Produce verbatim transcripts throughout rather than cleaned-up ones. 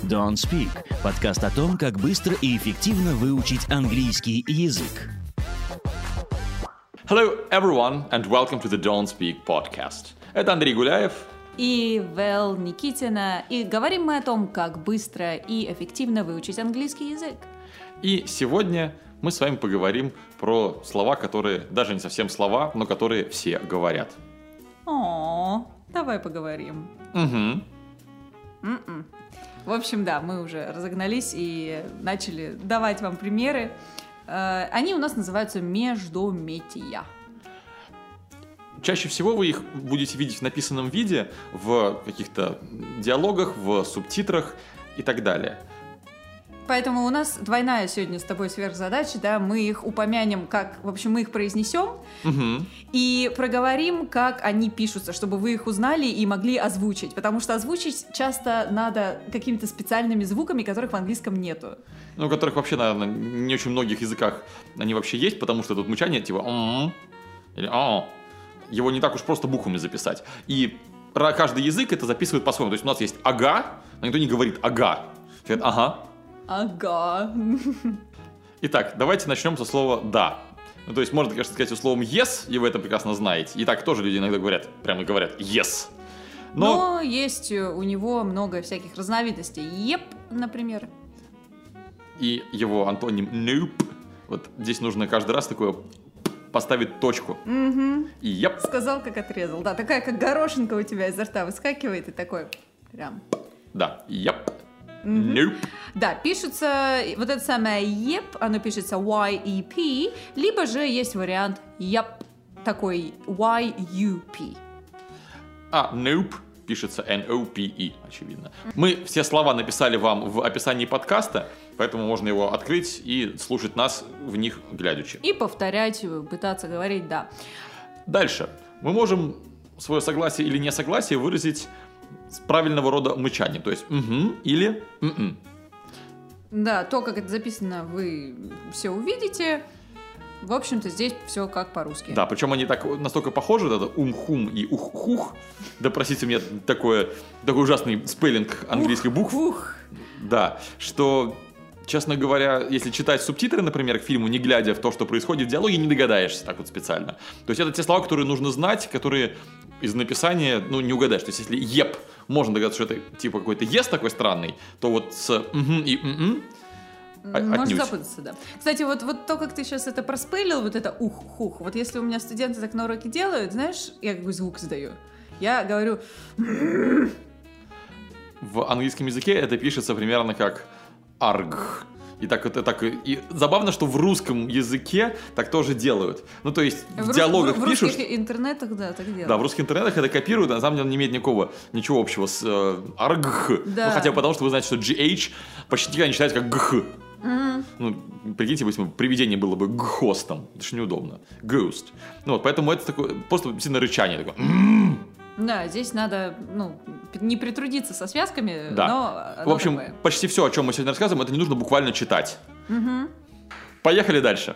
Don't Speak – подкаст о том, как быстро и эффективно выучить английский язык. Hello, everyone, and welcome to the Don't Speak podcast. Это Андрей Гуляев и Вэл Никитина, и говорим мы о том, как быстро и эффективно выучить английский язык. И сегодня мы с вами поговорим про слова, которые даже не совсем слова, но которые все говорят. О, давай поговорим. Угу. Mm-mm. В общем, да, мы уже разогнались и начали давать вам примеры. Они у нас называются междометия. Чаще всего вы их будете видеть в написанном виде, в каких-то диалогах, в субтитрах и так далее. Поэтому у нас двойная сегодня с тобой сверхзадача, да, мы их упомянем, как, в общем, мы их произнесем угу. и проговорим, как они пишутся, чтобы вы их узнали и могли озвучить, потому что озвучить часто надо какими-то специальными звуками, которых в английском нету. Ну, у которых вообще, наверное, не очень многих языках они вообще есть, потому что тут мычание типа «м» или «а». Его не так уж просто буквами записать. И каждый язык это записывает по-своему. То есть у нас есть «ага», но никто не говорит «ага». Все говорят «ага». Ага. Итак, давайте начнем со слова «да». Ну, то есть можно, конечно, сказать словом «yes», и вы это прекрасно знаете. И так тоже люди иногда говорят, прямо говорят «yes». Но... Но есть у него много всяких разновидностей. «Yep», например. И его антоним «nope». Вот здесь нужно каждый раз такое поставить точку. Угу. И «yep». Сказал, как отрезал. Да, такая, как горошинка у тебя изо рта выскакивает, и такой прям... Да, «yep». Mm-hmm. Nope. Да, пишется, вот это самое yep, оно пишется Y-E-P, либо же есть вариант yep, такой Y-U-P. А nope пишется N-O-P-E, очевидно. Мы все слова написали вам в описании подкаста, поэтому можно его открыть и слушать нас в них глядячи. И повторять, пытаться говорить, да. Дальше. Мы можем свое согласие или несогласие выразить с правильного рода мычанием, то есть угу или м-м. Да, то, как это записано, вы все увидите. В общем-то, здесь все как по-русски. Да, причем они так настолько похожи, это ум-хум и ух-хух. Да, простите мне такое, такой ужасный спеллинг английских букв. Ух. Да, что, честно говоря, если читать субтитры, например, к фильму, не глядя в то, что происходит в диалоге, не догадаешься так вот специально. То есть это те слова, которые нужно знать, которые из написания, ну, не угадаешь. То есть если «еп», можно догадаться, что это типа какой-то «ес» такой странный, то вот с «угу» и «м-м» можно запутаться, да. Кстати, вот, вот то, как ты сейчас это проспелил, вот это ух-хух, вот если у меня студенты так на уроке делают, знаешь, я какой звук издаю? Я говорю... В английском языке это пишется примерно как «арг». И так вот, так и забавно, что в русском языке так тоже делают. Ну, то есть в, в диалогах в, в пишут... В русских интернетах, да, так делают. Да, в русских интернетах это копируют, а на самом деле не имеет никакого, ничего общего с э, арг. Да. Ну, хотя бы потому, что вы знаете, что джи эйч почти никогда не читается как гх. Mm-hmm. Ну, прикиньте, если бы привидение было бы гхостом. Это же неудобно. Ghost. Ну, вот, поэтому это такое, просто действительно рычание. Такое. Да, здесь надо, ну, не притрудиться со связками, да. но... В общем, такое. Почти все, о чем мы сегодня рассказываем, это не нужно буквально читать. Угу. Поехали дальше.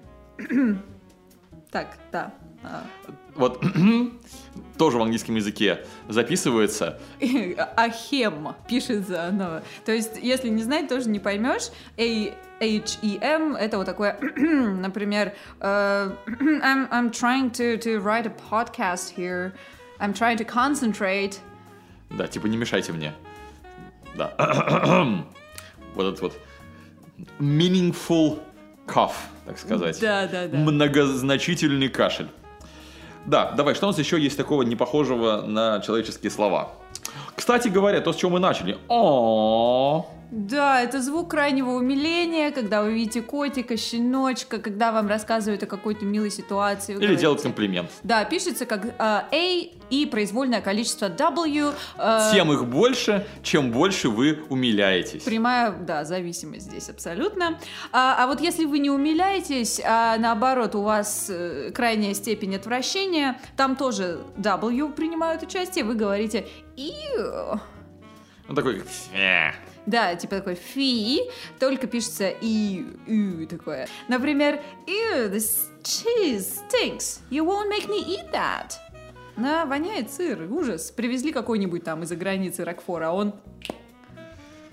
Так, да. Вот тоже в английском языке записывается. Ахем пишется оно. То есть, если не знать, тоже не поймешь. A-H-E-M это вот такое, например, uh, I'm, I'm trying to, to write a podcast here. I'm trying to concentrate. Да, типа не мешайте мне. Да. Вот этот вот meaningful cough, так сказать. Да, да, да. Многозначительный кашель. Да, давай, что у нас еще есть такого не похожего на человеческие слова? Кстати говоря, то, с чего мы начали. О. Да, это звук крайнего умиления, когда вы видите котика, щеночка, когда вам рассказывают о какой-то милой ситуации. Или делают комплимент. Да, пишется как э, A и произвольное количество W. Э, Тем их больше, чем больше вы умиляетесь. Прямая, да, зависимость здесь абсолютно. А, а вот если вы не умиляетесь, а наоборот у вас э, крайняя степень отвращения, там тоже W принимают участие, вы говорите «ew». Ну такой как... Да, типа такой фи, только пишется и ю такое. Например, ew, this cheese stinks. You won't make me eat that. Да, воняет сыр, ужас. Привезли какой-нибудь там из-за границы Рокфора, а он...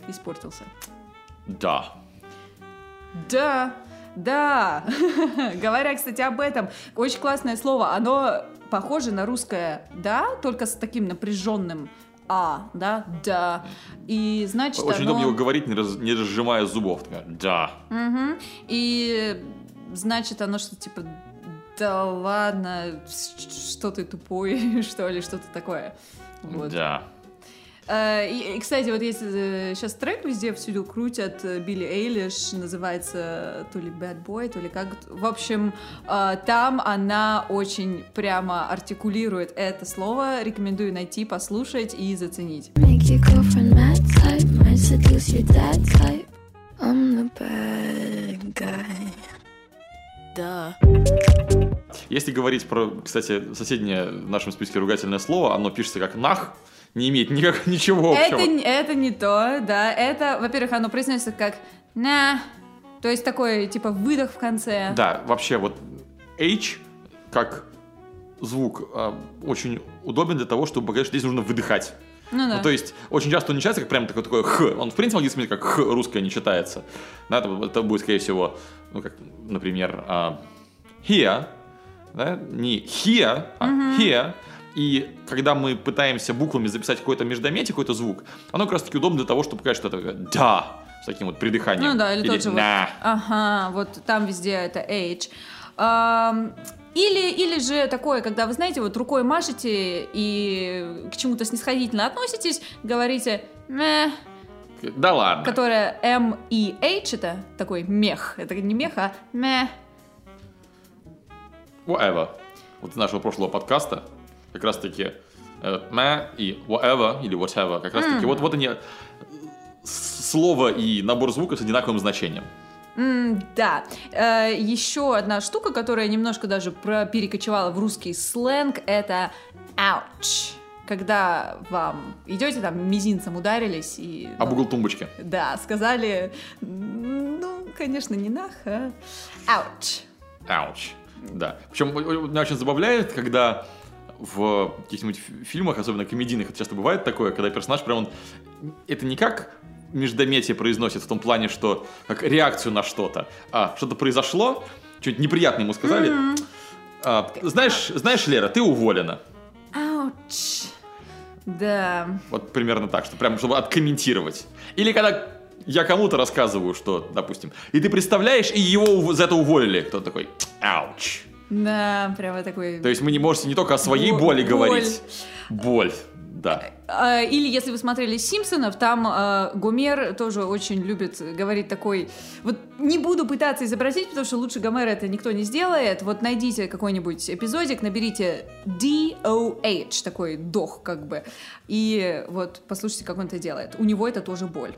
испортился. Да. Да, да. Говоря, кстати, об этом, очень классное слово. Оно похоже на русское «да», только с таким напряженным «а», да, «да». И значит, Очень оно... удобно его говорить, не, раз, не разжимая зубов. Такая, да. Угу. И значит, оно что типа «да ладно, что ты тупой», что ли, что-то такое. Вот. Да. И, и, кстати, вот если сейчас трек везде всюду крутят, Билли Эйлиш, называется то ли Bad Boy, то ли как. В общем, там она очень прямо артикулирует это слово. Рекомендую найти, послушать и заценить. Да. Если говорить про, кстати, соседнее в нашем списке ругательное слово, оно пишется как «нах», не имеет никак, ничего общего. Это, это не то, да. Это, во-первых, оно произносится как «на», то есть такой, типа, выдох в конце. Да, вообще вот H как звук очень удобен для того, чтобы показать, что здесь нужно выдыхать. Ну, да. Ну, то есть, очень часто он не читается как прям такое, такое «х». Он, в принципе, в английском языке как «х» русское не читается. Да, это, это будет, скорее всего, ну, как, например, uh, here, да, не here, а mm-hmm. here. И когда мы пытаемся буквами записать какой-то междометие, какой-то звук, оно как раз-таки удобно для того, чтобы показать, что это «да», с таким вот придыханием. Ну да, или, или тот же «на». Вот, ага, вот там везде это H. Um, или, или же такое, когда вы, знаете, вот рукой машете и к чему-то снисходительно относитесь, говорите «мeh», да ладно. которая M и H, это такой мех. Это не мех, а «meh». Whatever. Вот из нашего прошлого подкаста как раз-таки э, «meh» и «whatever» или «whatever», как раз-таки mm. вот, вот они, слово и набор звука с одинаковым значением. Mm, да. Э, еще одна штука, которая немножко даже перекочевала в русский сленг, это «ouch». Когда вам идете, там, мизинцем ударились и... Об ну, угол тумбочки. Да, сказали, ну, конечно, не нах, а «ouch». «Ouch», да. Причем меня очень забавляет, когда в каких-нибудь фильмах, особенно комедийных, это часто бывает такое, когда персонаж прям он... Это не как междометие произносит в том плане, что как реакцию на что-то, а что-то произошло, что-нибудь неприятное ему сказали. Mm-hmm. А, знаешь, знаешь, Лера, ты уволена. Ауч. Да. Вот примерно так, что прям чтобы откомментировать. Или когда я кому-то рассказываю, что, допустим, и ты представляешь, и его за это уволили. Кто такой? Ауч. Да, прямо такой... То есть мы не можете не только о своей Бо- боли боль. говорить. Боль, да. Или если вы смотрели «Симпсонов», там э, Гомер тоже очень любит говорить такой... Вот не буду пытаться изобразить, потому что лучше Гомера это никто не сделает. Вот найдите какой-нибудь эпизодик, наберите ди о эйч, такой дох как бы, и вот послушайте, как он это делает. У него это тоже боль.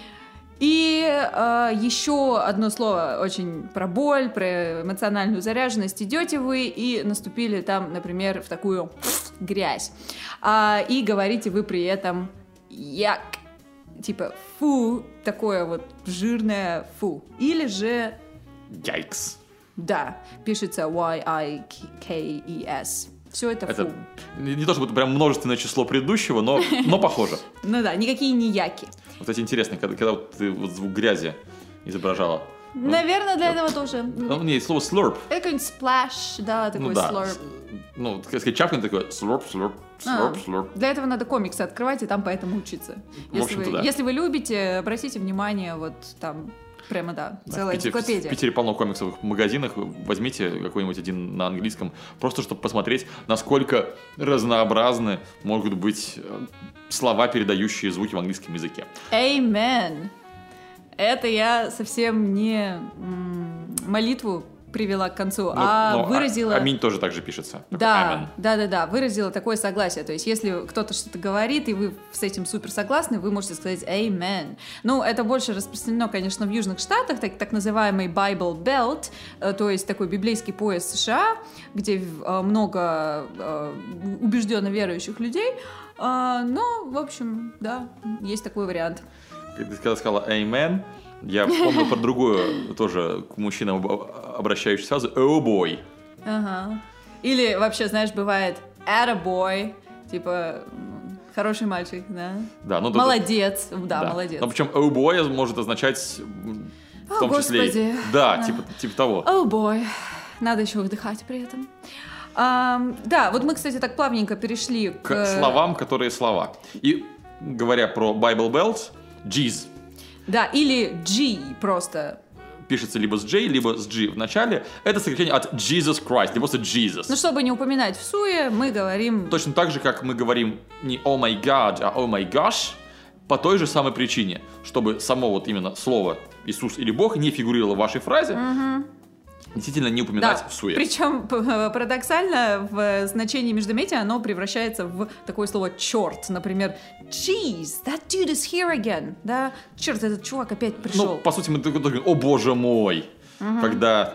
И э, еще одно слово очень про боль, про эмоциональную заряженность. Идете вы и наступили там, например, в такую грязь. А, и говорите вы при этом «як», типа «фу», такое вот жирное «фу». Или же «Yikes». Да, пишется уай ай кей и эс. Все это, это фу. Не то, чтобы это прям множественное число предыдущего, но, но похоже. Ну да, никакие не яки. Вот это интересно, когда, когда вот ты вот звук грязи изображала. Наверное, для этого тоже. Ну, нет, слово slurp. Это какой-нибудь splash, да, такой ну, да. slurp. Ну, так сказать, чапкин такой slurp, slurp, slurp, а, slurp. Для этого надо комиксы открывать и там поэтому учиться. Если, вы, да. если вы любите, обратите внимание, вот там прямо, да, да целая в Питере, энциклопедия. В Питере полно комиксовых магазинов, возьмите какой-нибудь один на английском, просто чтобы посмотреть, насколько разнообразны могут быть слова, передающие звуки в английском языке. Amen. Это я совсем не м- молитву привела к концу, но, а но выразила... А, аминь тоже так же пишется. Да, да, да, да, выразила такое согласие. То есть, если кто-то что-то говорит, и вы с этим супер согласны, вы можете сказать «Amen». Ну, это больше распространено, конечно, в Южных Штатах, так, так называемый Bible Belt, то есть такой библейский пояс США, где много убежденно верующих людей. Но, в общем, да, есть такой вариант. Ты когда сказала «Amen», я помню про другую, тоже к мужчинам обращающуюся фразу «Oh boy». Ага. Или вообще, знаешь, бывает «attaboy», типа Хороший мальчик, да. Да, ну, молодец, да, да, да. молодец. Но причем oh boy может означать в О, том числе... Господи. Да, Да. Типа, типа того. Oh boy. Надо еще вдыхать при этом. Um, да, вот мы, кстати, так плавненько перешли к... К словам, которые слова. И говоря про Bible Belt, G's. Да, или G просто. Пишется либо с J, либо с G в начале. Это сокращение от Jesus Christ, либо просто Jesus. Ну, чтобы не упоминать в суе, мы говорим... Точно так же, как мы говорим не oh my God, а oh my gosh, по той же самой причине, чтобы само вот именно слово Иисус или Бог не фигурировало в вашей фразе, угу. действительно не упоминать да. в суе. Причем парадоксально в значении междометия оно превращается в такое слово черт. Например, jeez, that dude is here again. Да, черт, этот чувак опять пришел. Ну, по сути, мы только говорим, о боже мой, угу. когда,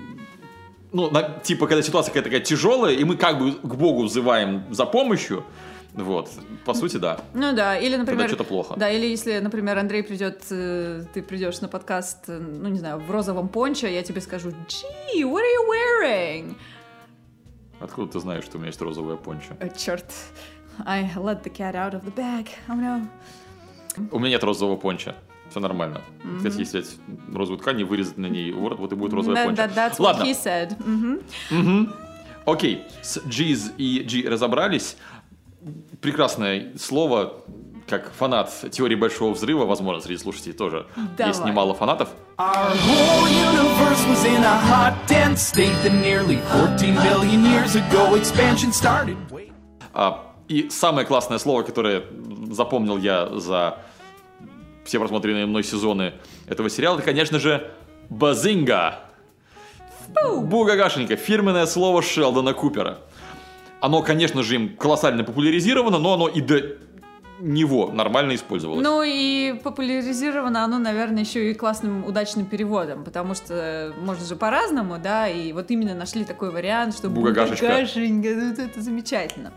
ну, на, типа, когда ситуация какая-то такая тяжелая, и мы как бы к Богу взываем за помощью. Вот, по сути, да. Ну да, или, например... Когда что-то плохо. Да, или если, например, Андрей придет, ты придешь на подкаст, ну, не знаю, в розовом пончо, я тебе скажу, gee, what are you wearing? Откуда ты знаешь, что у меня есть розовая пончо? О, черт, I let the cat out of the bag, oh no. У меня нет розового пончо. Все нормально. Mm-hmm. Кстати, если взять розовую ткань и вырезать на ней ворот, вот и будет розовая пончо. That, that's Ладно. What he said. Mm-hmm. Mm-hmm. Окей, с G's и G разобрались. Прекрасное слово, как фанат теории Большого Взрыва, возможно, среди слушателей тоже Давай. Есть немало фанатов. Our whole universe was in a hot, dense state that nearly fourteen billion years ago expansion started. А, и самое классное слово, которое запомнил я за все просмотренные мной сезоны этого сериала, это, конечно же, базинга. Бугагашенька, фирменное слово Шелдона Купера. Оно, конечно же, им колоссально популяризировано, но оно и до него нормально использовалось. Ну и популяризировано оно, наверное, еще и классным, удачным переводом, потому что можно же по-разному, да, и вот именно нашли такой вариант, что Бугагашечка. Бугагашенька, ну это замечательно.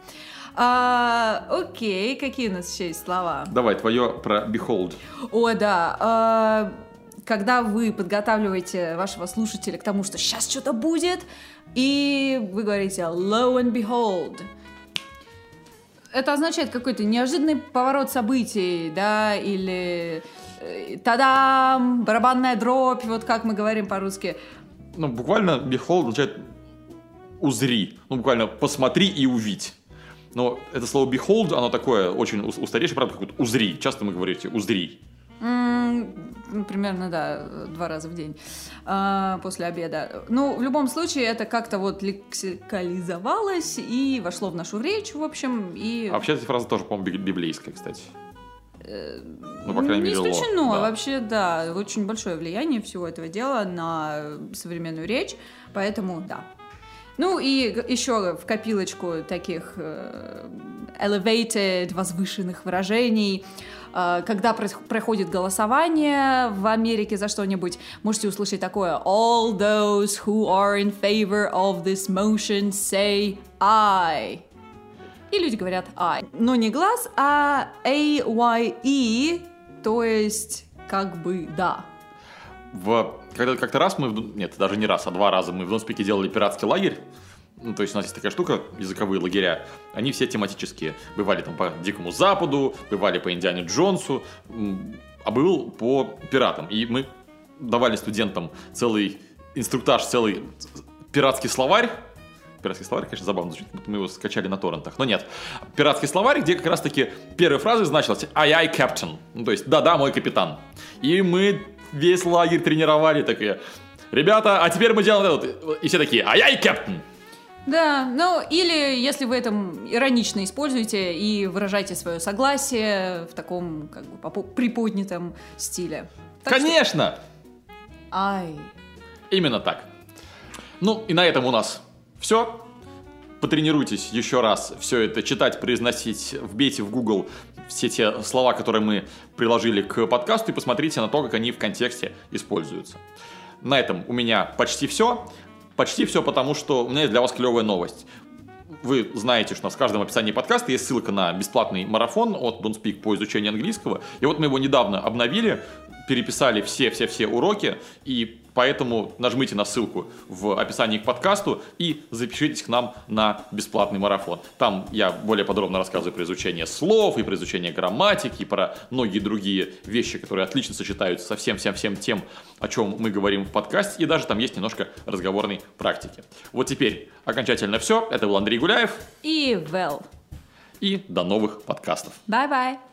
А, окей, какие у нас еще есть слова? Давай, твое про behold. О, да, а, когда вы подготавливаете вашего слушателя к тому, что сейчас что-то будет, и вы говорите lo and behold. Это означает какой-то неожиданный поворот событий, да, или э, тадам, барабанная дробь, вот как мы говорим по-русски. Ну, буквально behold означает узри, ну, буквально посмотри и увидь. Но это слово behold, оно такое очень устаревшее, правда, как вот узри. Часто мы говорите узри. Mm, примерно, да, два раза в день а, после обеда. Ну, в любом случае, это как-то вот лексикализовалось и вошло в нашу речь, в общем, и... А вообще, эта фраза тоже, по-моему, библейская, кстати. Ну, по крайней Не мере, ло. исключено, Да. вообще, да, очень большое влияние всего этого дела на современную речь, поэтому, да. Ну, и еще в копилочку таких э, elevated, возвышенных выражений. Э, когда проходит голосование в Америке за что-нибудь, можете услышать такое: all those who are in favor of this motion say aye. И люди говорят I. Но не глаз, а A-Y-E, то есть как бы да. В... Когда как-то раз мы... В... Нет, даже не раз, а два раза мы в Донспике делали пиратский лагерь. Ну, то есть у нас есть такая штука, языковые лагеря. Они все тематические. Бывали там по Дикому Западу, бывали по Индиане Джонсу, а был по пиратам. И мы давали студентам целый инструктаж, целый пиратский словарь. Пиратский словарь, конечно, забавно звучит, мы его скачали на торрентах, но нет. Пиратский словарь, где как раз-таки первой фразой значилось «Ай-ай, капитан», ну, то есть «Да-да, мой капитан». И мы весь лагерь тренировали, такие: «Ребята, а теперь мы делаем это». И все такие «Ай-ай, капитан». Да, ну или если вы это иронично используете и выражаете свое согласие в таком как бы приподнятом стиле. Так Конечно! Что... Ай. Именно так. Ну и на этом у нас все. Потренируйтесь еще раз все это читать, произносить, вбейте в Google все те слова, которые мы приложили к подкасту, и посмотрите на то, как они в контексте используются. На этом у меня почти все. Почти все, потому что у меня есть для вас клевая новость. Вы знаете, что у нас в каждом описании подкаста есть ссылка на бесплатный марафон от Don't Speak по изучению английского. И вот мы его недавно обновили, переписали все-все-все уроки, и Поэтому нажмите на ссылку в описании к подкасту и запишитесь к нам на бесплатный марафон. Там я более подробно рассказываю про изучение слов, и про изучение грамматики, и про многие другие вещи, которые отлично сочетаются со всем-всем-всем тем, о чем мы говорим в подкасте. И даже там есть немножко разговорной практики. Вот теперь окончательно все. Это был Андрей Гуляев. И Вэл. И до новых подкастов. Bye-bye.